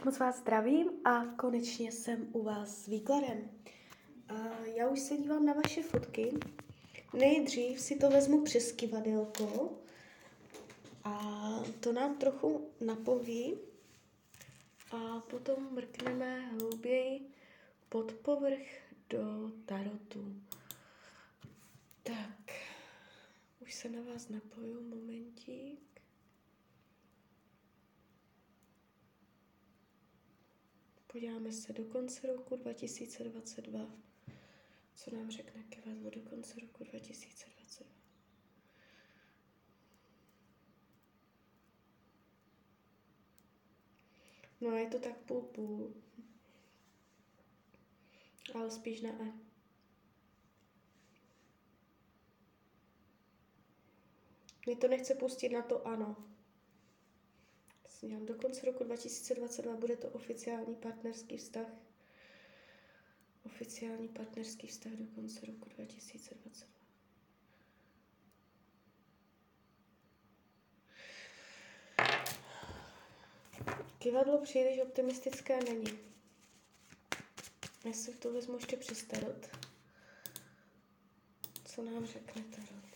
Moc vás zdravím a konečně jsem u vás s výkladem. Já už se dívám na vaše fotky. Nejdřív si to vezmu přes kivadelko a to nám trochu napoví a potom mrkneme hlouběji pod povrch do tarotu. Tak, už se na vás napoju, momentík. Podíváme se do konce roku 2022. Co nám řekne kivadlo do konce roku 2022? No, je to tak půl, ale spíš na E. Mě to nechce pustit na to ano. Do konce roku 2022 bude to oficiální partnerský vztah. Oficiální partnerský vztah do konce roku 2022. Kivadlo příliš optimistické není. Já si to vezmu ještě přes tarot. Co nám řekne tarot?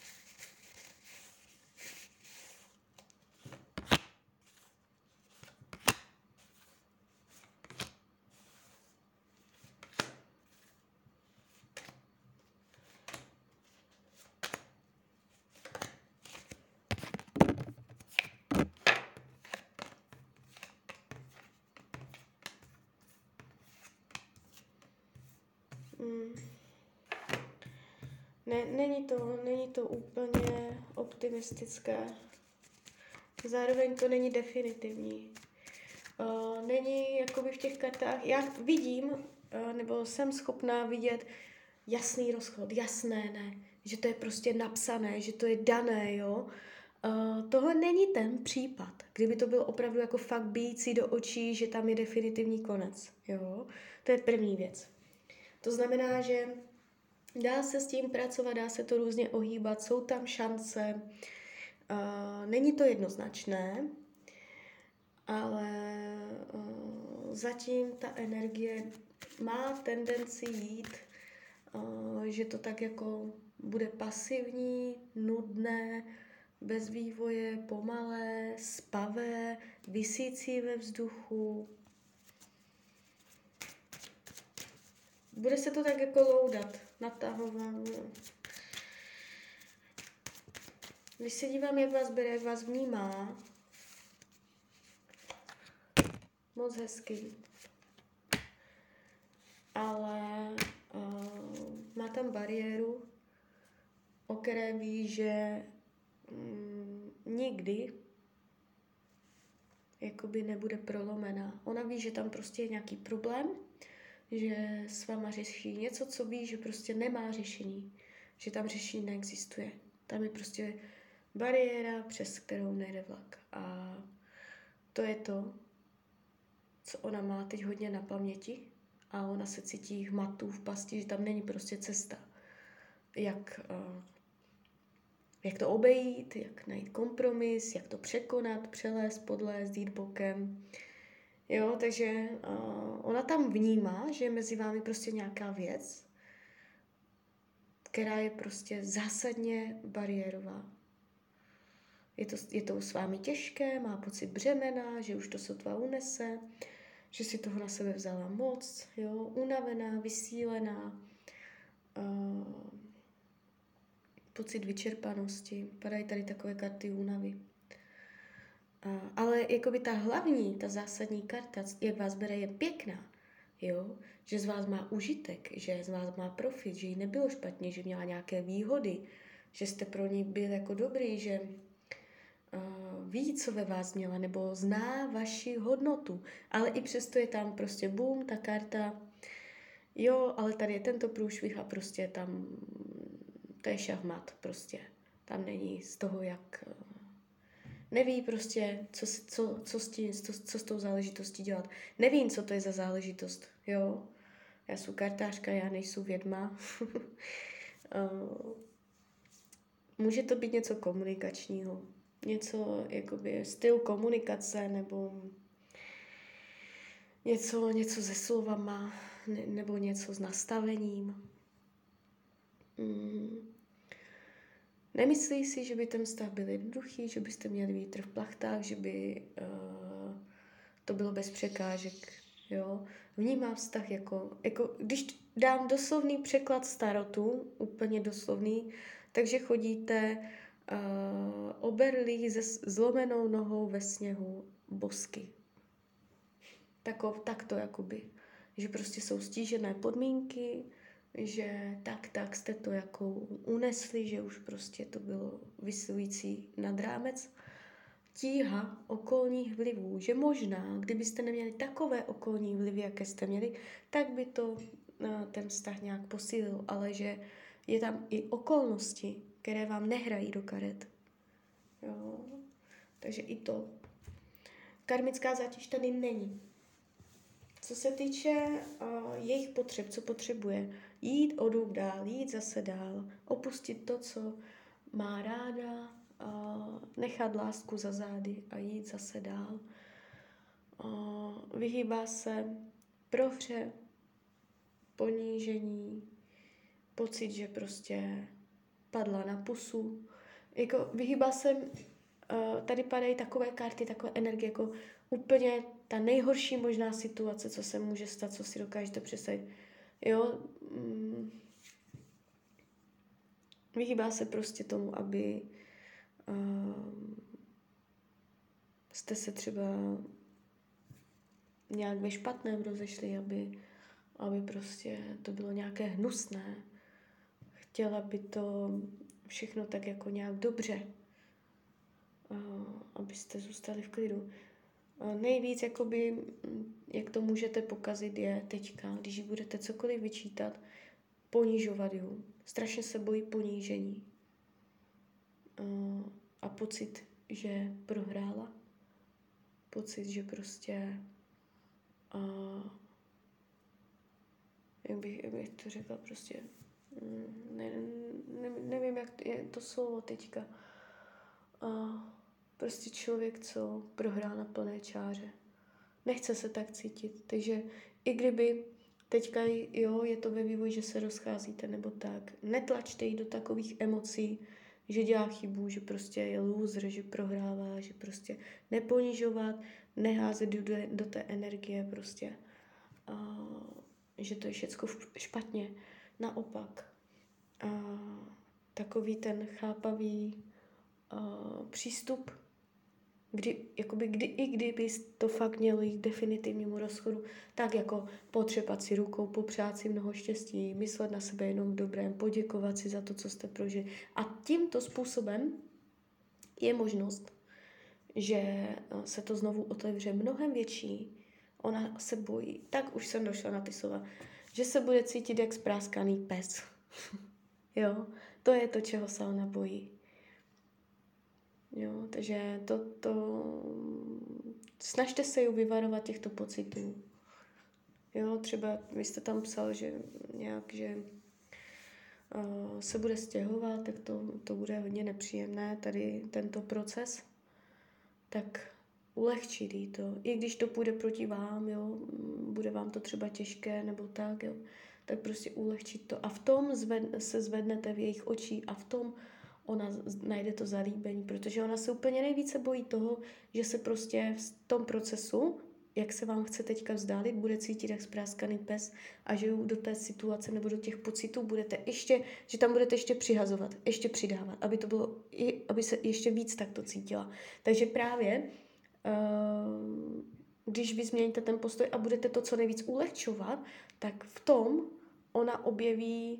Ne, není to úplně optimistické. Zároveň to není definitivní. Není jakoby v těch kartách, já vidím, nebo jsem schopná vidět jasný rozchod, jasné ne, že to je prostě napsané, že to je dané, jo. Tohle není ten případ, kdyby to bylo opravdu jako fakt bijící do očí, že tam je definitivní konec, jo. To je první věc. To znamená, že dá se s tím pracovat, dá se to různě ohýbat, jsou tam šance, není to jednoznačné, ale zatím ta energie má tendenci jít, že to tak jako bude pasivní, nudné, bez vývoje, pomalé, spavé, visící ve vzduchu. Bude se to tak jako loudat, natahovat. Když se dívám, jak vás bere, jak vás vnímá, moc hezký. Ale má tam bariéru, o které ví, že nikdy jakoby nebude prolomená. Ona ví, že tam prostě je nějaký problém, že s váma řeší něco, co ví, že prostě nemá řešení, že tam řešení neexistuje. Tam je prostě bariéra, přes kterou nejde vlak. A to je to, co ona má teď hodně na paměti a ona se cítí hmatu v pasti, že tam není prostě cesta. Jak to obejít, jak najít kompromis, jak to překonat, přelézt, podlézt, jít bokem. Jo, takže ona tam vnímá, že je mezi vámi prostě nějaká věc, která je prostě zásadně bariérová. Je to s vámi těžké, má pocit břemena, že už to sotva unese, že si toho na sebe vzala moc, jo, unavená, vysílená, pocit vyčerpanosti, padají tady takové karty únavy. Ale jakoby ta hlavní, ta zásadní karta, jak vás bere, je pěkná, jo, že z vás má užitek, že z vás má profit, že jí nebylo špatně, že měla nějaké výhody, že jste pro ní byl jako dobrý, že ví, co ve vás měla, nebo zná vaši hodnotu, ale i přesto je tam prostě boom, ta karta, jo, ale tady je tento průšvih a prostě tam, to je šahmat prostě, tam není z toho, jak, neví prostě, co s tou záležitostí dělat, nevím, co to je za záležitost, jo, já jsem kartářka, já nejsem vědma, může to být něco komunikačního, něco jakoby styl komunikace nebo něco se slovama, nebo něco s nastavením. Nemyslí si, že by ten vztah byl jednoduchý, že byste měli vítr v plachtách, že by to bylo bez překážek. Jo? Vnímá vztah jako, když dám doslovný překlad starotu, úplně doslovný, takže chodíte oberlí se zlomenou nohou ve sněhu bosky. Tak to jakoby. Že prostě jsou stížené podmínky, že tak jste to jako unesli, že už prostě to bylo vysilující nad rámec. Tíha okolních vlivů, že možná, kdybyste neměli takové okolní vlivy, jaké jste měli, tak by to ten vztah nějak posílil, ale že je tam i okolnosti, které vám nehrají do karet. Jo. Takže i to. Karmická zátěž tady není. Co se týče jejich potřeb, co potřebuje, jít o dům dál, jít zase dál, opustit to, co má ráda, nechat lásku za zády a jít zase dál. Vyhýbá se prohře, ponížení, pocit, že prostě padla na pusu. Jako vyhýbá se, tady padají takové karty, takové energie, jako úplně ta nejhorší možná situace, co se může stát, co si dokážete představit. Jo, vyhýbá se prostě tomu, aby jste se třeba nějak ve špatném rozešli, aby prostě to bylo nějaké hnusné. Chtěla by to všechno tak jako nějak dobře, abyste zůstali v klidu. Nejvíc, jakoby, jak to můžete pokazit, je teďka, když budete cokoliv vyčítat, ponižovat ju. Strašně se bojí ponížení. A pocit, že prohrála. Pocit, že prostě jak bych to řekla, prostě nevím, jak je to slovo teďka. Prostě člověk, co prohrál na plné čáře. Nechce se tak cítit. Takže i kdyby teďka je to ve vývoji, že se rozcházíte nebo tak, netlačte jí do takových emocí, že dělá chybu, že prostě je loser, že prohrává, že prostě neponižovat, neházet do té energie prostě. Že to je všecko špatně. Naopak. Takový ten chápavý přístup, kdyby to fakt mělo jít k definitivnímu rozchodu, tak jako potřepat si rukou, popřát si mnoho štěstí, myslet na sebe jenom v dobrém, poděkovat si za to, co jste prožili. A tímto způsobem je možnost, že se to znovu otevře mnohem větší. Ona se bojí, tak už jsem došla na ty slova, že se bude cítit jak spráskaný pes. Jo, to je to, čeho se ona bojí. Jo, takže snažte se ju vyvarovat těchto pocitů. Jo, třeba vy jste tam psal, že se bude stěhovat, tak to bude hodně nepříjemné, tady tento proces. Tak ulehčit jí to. I když to půjde proti vám, jo, bude vám to třeba těžké nebo tak, jo, tak prostě ulehčit to. A v tom se zvednete v jejich očích a v tom ona najde to zalíbení, protože ona se úplně nejvíce bojí toho, že se prostě v tom procesu, jak se vám chce teďka vzdálit, bude cítit jak spráskaný pes a že do té situace nebo do těch pocitů že tam budete ještě přihazovat, ještě přidávat, aby se ještě víc takto cítila. Takže právě, když vy změníte ten postoj a budete to co nejvíc ulehčovat, tak v tom ona objeví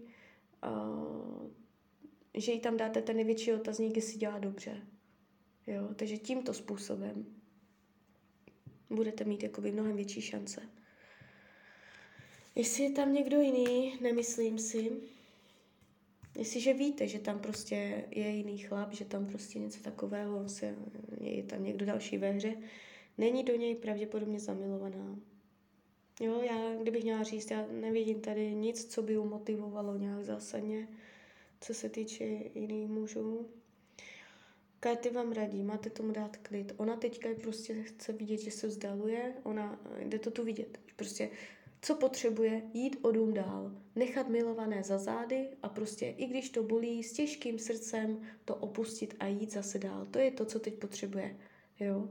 že jí tam dáte ten největší otazník, jestli dělá dobře. Jo? Takže tímto způsobem budete mít jakoby mnohem větší šance. Jestli je tam někdo jiný, nemyslím si. Jestliže víte, že tam prostě je jiný chlap, že tam prostě něco takového, je tam někdo další ve hře, není do něj pravděpodobně zamilovaná. Jo, kdybych měla říct, já nevidím tady nic, co by ju motivovalo nějak zásadně, co se týče jiných mužů. Karty vám radí, máte tomu dát klid. Ona teďka prostě chce vidět, že se vzdaluje, jde to tu vidět. Prostě co potřebuje, jít o dům dál, nechat milované za zády a prostě i když to bolí, s těžkým srdcem to opustit a jít zase dál. To je to, co teď potřebuje. Jo?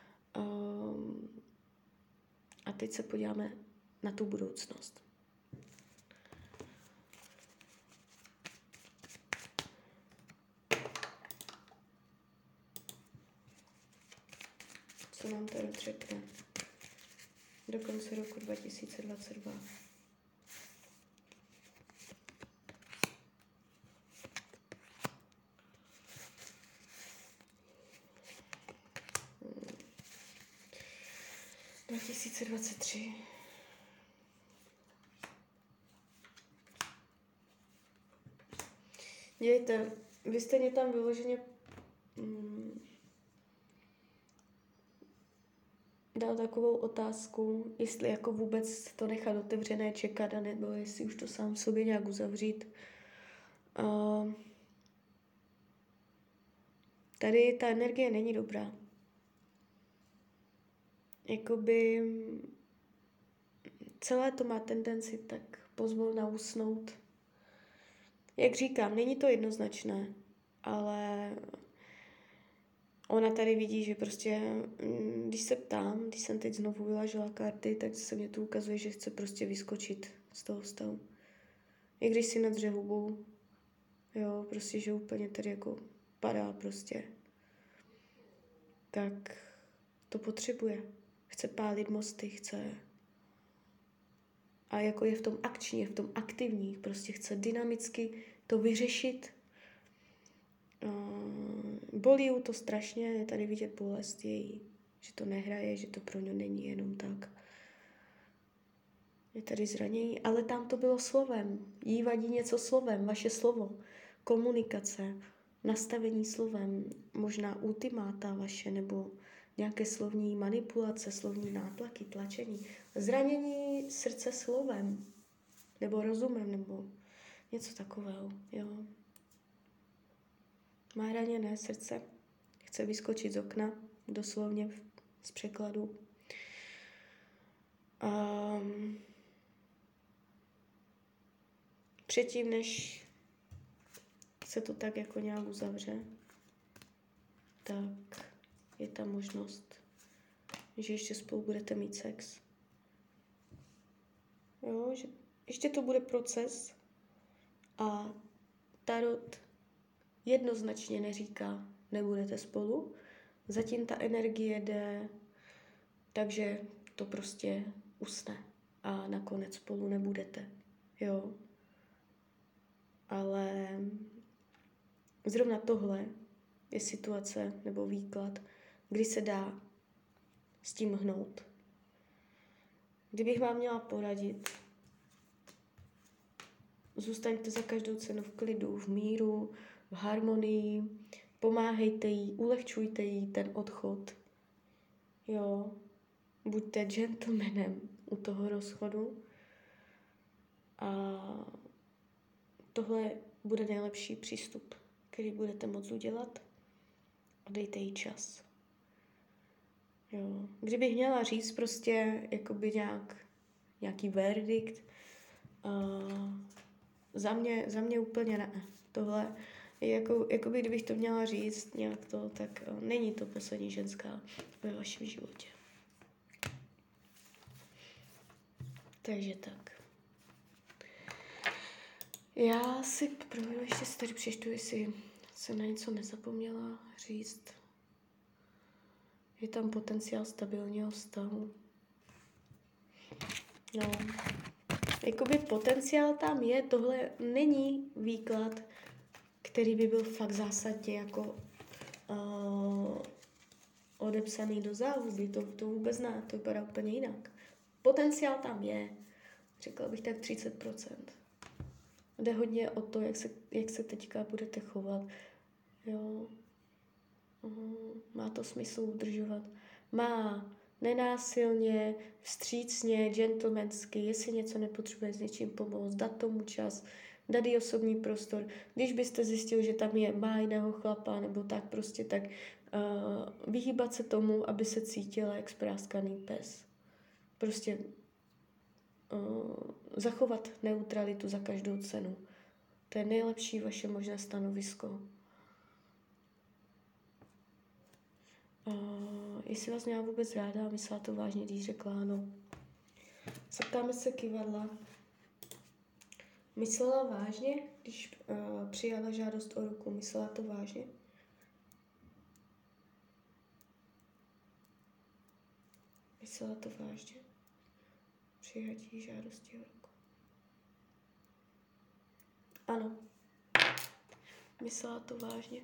A teď se podíváme na tu budoucnost. Co nám to řekne do konce roku 2022. Hmm. 2023. Dějte, vy jste mě tam vyloženě dal takovou otázku, jestli jako vůbec to nechat otevřené, čekat, nebo jestli už to sám sobě nějak uzavřít. Tady ta energie není dobrá. Jakoby celé to má tendenci tak pozvolna usnout. Jak říkám, není to jednoznačné, ale ona tady vidí, že prostě, když se ptám, když jsem teď znovu vylažila karty, tak se mě tu ukazuje, že chce prostě vyskočit z toho stavu. I když si nadře hubu, jo, prostě, že úplně tady jako padá prostě, tak to potřebuje. Chce pálit mosty, chce. A jako je v tom akční, je v tom aktivní, prostě chce dynamicky to vyřešit. Bolí ju to strašně, je tady vidět bolest její, že to nehraje, že to pro ně není jenom tak. Je tady zranění, ale tam to bylo slovem. Jí vadí něco slovem, vaše slovo, komunikace, nastavení slovem, možná ultimáta vaše, nebo nějaké slovní manipulace, slovní nátlaky, tlačení. Zranění srdce slovem, nebo rozumem, nebo něco takového, jo. Má raněné srdce, chce vyskočit z okna, doslovně z překladu. Předtím, než se to tak jako nějak uzavře, tak je tam možnost, že ještě spolu budete mít sex. Jo, že ještě to bude proces a tarot jednoznačně neříká, nebudete spolu. Zatím ta energie jde, takže to prostě usne a nakonec spolu nebudete. Jo. Ale zrovna tohle je situace nebo výklad, kdy se dá s tím hnout. Kdybych vám měla poradit, zůstaňte za každou cenu v klidu, v míru, v harmonii, pomáhejte jí, ulehčujte jí ten odchod. Jo, buďte gentlemanem u toho rozchodu a tohle bude nejlepší přístup, který budete moct udělat a dejte jí čas. Jo. Kdybych měla říct prostě jakoby nějaký verdikt, za mě úplně ne. Tohle je jakoby kdybych to měla říct nějak to, tak není to poslední ženská ve vašem životě. Takže tak. Já si ještě si tady přečtu, jestli jsem na něco nezapomněla říct. Je tam potenciál stabilního vztahu. No, jakoby potenciál tam je, tohle není výklad, který by byl fakt zásadně jako odepsaný do záhuby, to vůbec ne, to vypadá úplně jinak. Potenciál tam je, řekla bych tak 30%. Jde hodně o to, jak se teďka budete chovat. Jo. Má to smysl udržovat. Má nenásilně, vstřícně, gentlemansky, jestli něco nepotřebuje s něčím pomoct, dát tomu čas, Dát jí osobní prostor. Když byste zjistil, že tam má jiného chlapa, nebo tak prostě, tak vyhýbat se tomu, aby se cítila jak spráskaný pes. Prostě zachovat neutralitu za každou cenu. To je nejlepší vaše možné stanovisko. Jestli vás měla vůbec ráda a myslela to vážně, když řekla ano. Zeptáme se kývadla. Myslela vážně, když přijala žádost o ruku? Myslela to vážně? Myslela to vážně? Přijatí žádosti o ruku. Ano. Myslela to vážně.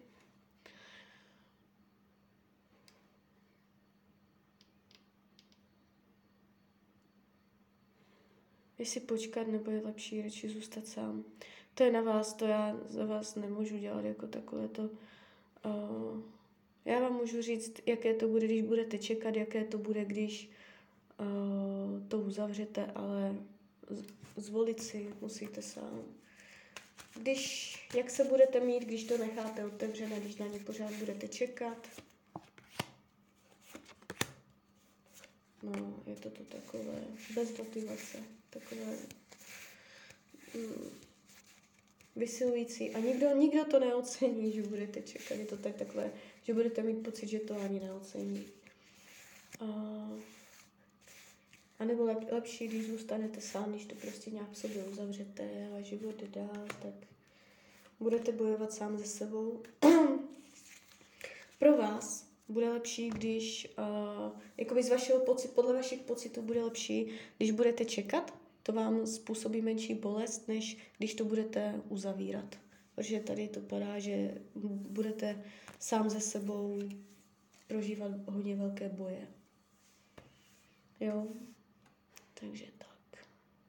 Jestli počkat, nebo je lepší radši zůstat sám. To je na vás, to já za vás nemůžu dělat jako takové to. Já vám můžu říct, jaké to bude, když budete čekat, jaké to bude, když to uzavřete, ale zvolit si musíte sám. Jak se budete mít, když to necháte otevřené, když na ně pořád budete čekat? No, je to takové bez motivace, takové vysilující. A nikdo to neocení, že budete čekat. Je to takové, že budete mít pocit, že to ani neocení. A nebo lepší, když zůstanete sám, když to prostě nějak v sobě uzavřete a život jde dál, tak budete bojovat sám se sebou. Pro vás bude lepší, když, jakoby z vašeho podle vašich pocitů bude lepší, když budete čekat, to vám způsobí menší bolest, než když to budete uzavírat. Protože tady to padá, že budete sám se sebou prožívat hodně velké boje. Jo? Takže tak.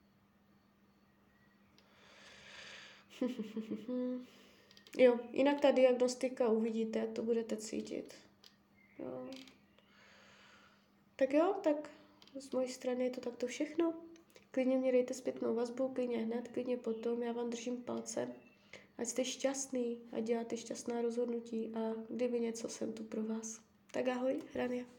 Jo, jinak ta diagnostika uvidíte, jak to budete cítit. Jo. Tak z mojí strany je to takto všechno. Klidně mě dejte zpětnou vazbu, klidně hned, klidně potom. Já vám držím palce. Ať jste šťastný, ať děláte šťastná rozhodnutí a kdyby něco, jsem tu pro vás. Tak ahoj, Rania.